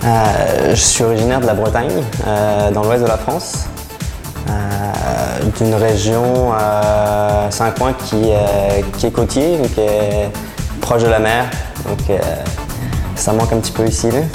Je suis originaire de la Bretagne, dans l'ouest de la France, d'une région, c'est un coin qui est côtier, donc proche de la mer, donc ça manque un petit peu ici. Là.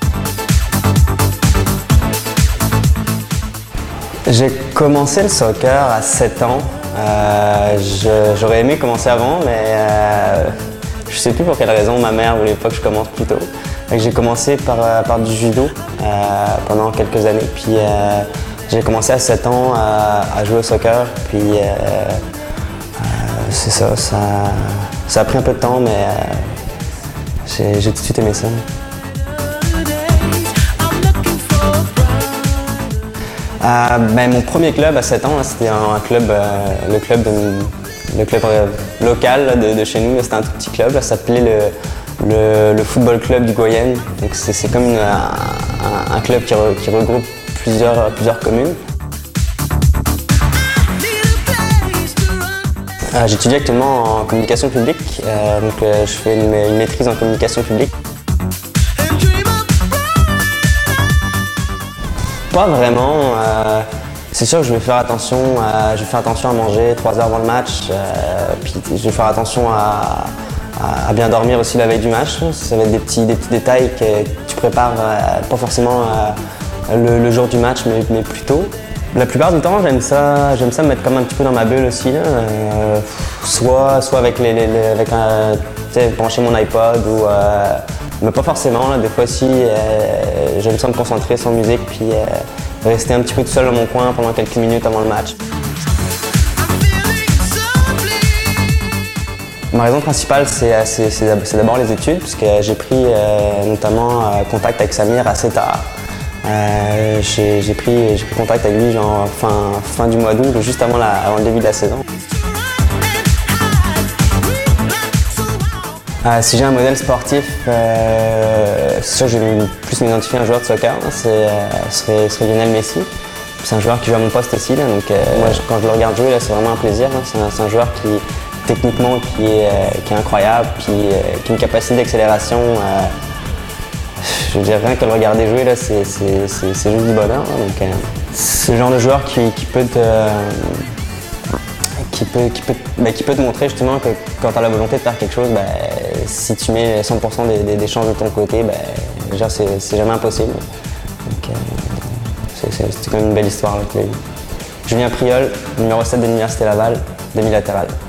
J'ai commencé le soccer à 7 ans. J'aurais aimé commencer avant, mais je ne sais plus pour quelle raison ma mère voulait pas que je commence plus tôt. J'ai commencé par du judo pendant quelques années, puis j'ai commencé à 7 ans à jouer au soccer, puis c'est ça, ça a pris un peu de temps, mais j'ai tout de suite aimé ça. Mon premier club à 7 ans, c'était un club, le club local là, de chez nous. C'était un tout petit club, ça s'appelait le Football Club du Goyenne. C'est comme un club qui regroupe plusieurs communes. J'étudie actuellement en communication publique, je fais une maîtrise en communication publique. Pas vraiment. C'est sûr que je vais faire attention à manger 3 heures avant le match, puis je vais faire attention à bien dormir aussi la veille du match. Ça va être des petits détails que tu prépares pas forcément le jour du match, mais plus tôt. La plupart du temps, j'aime ça me mettre comme un petit peu dans ma bulle aussi. Là. Soit avec brancher mon iPod ou mais pas forcément. Là. Des fois aussi, j'aime ça me concentrer sans musique puis rester un petit peu tout seul dans mon coin pendant quelques minutes avant le match. Ma raison principale, c'est d'abord les études, puisque j'ai pris notamment contact avec Samir assez tard. J'ai pris contact avec lui genre fin du mois d'août, juste avant le début de la saison. Si j'ai un modèle sportif, c'est sûr que je vais plus m'identifier à un joueur de soccer, ce serait Lionel Messi. C'est un joueur qui joue à mon poste aussi, là, donc moi, quand je le regarde jouer, c'est vraiment un plaisir. C'est un joueur qui, techniquement, qui est incroyable, qui a une capacité d'accélération. Je veux dire, rien que le regarder jouer, c'est juste du bonheur. Donc, c'est le genre de joueur qui peut te montrer justement que quand tu as la volonté de faire quelque chose, si tu mets 100% des chances de ton côté, déjà c'est jamais impossible. Donc, c'est quand même une belle histoire. Julien Priol, numéro 7 de l'Université Laval, demi-latéral.